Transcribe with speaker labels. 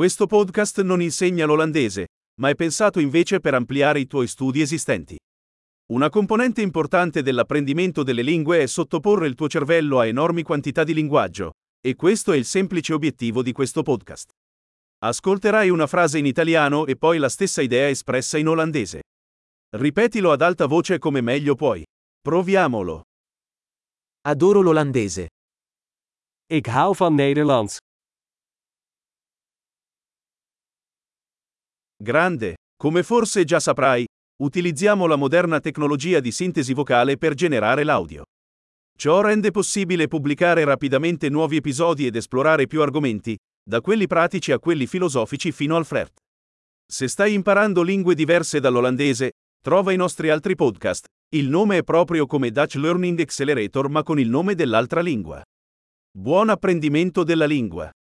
Speaker 1: Questo podcast non insegna l'olandese, ma è pensato invece per ampliare i tuoi studi esistenti. Una componente importante dell'apprendimento delle lingue è sottoporre il tuo cervello a enormi quantità di linguaggio, e questo è il semplice obiettivo di questo podcast. Ascolterai una frase in italiano e poi la stessa idea espressa in olandese. Ripetilo ad alta voce come meglio puoi. Proviamolo.
Speaker 2: Adoro l'olandese.
Speaker 3: Ik hou van Nederlands.
Speaker 1: Grande. Come forse già saprai, utilizziamo la moderna tecnologia di sintesi vocale per generare l'audio. Ciò rende possibile pubblicare rapidamente nuovi episodi ed esplorare più argomenti, da quelli pratici a quelli filosofici fino al flirt. Se stai imparando lingue diverse dall'olandese, trova i nostri altri podcast. Il nome è proprio come Dutch Learning Accelerator ma con il nome dell'altra lingua. Buon apprendimento della lingua!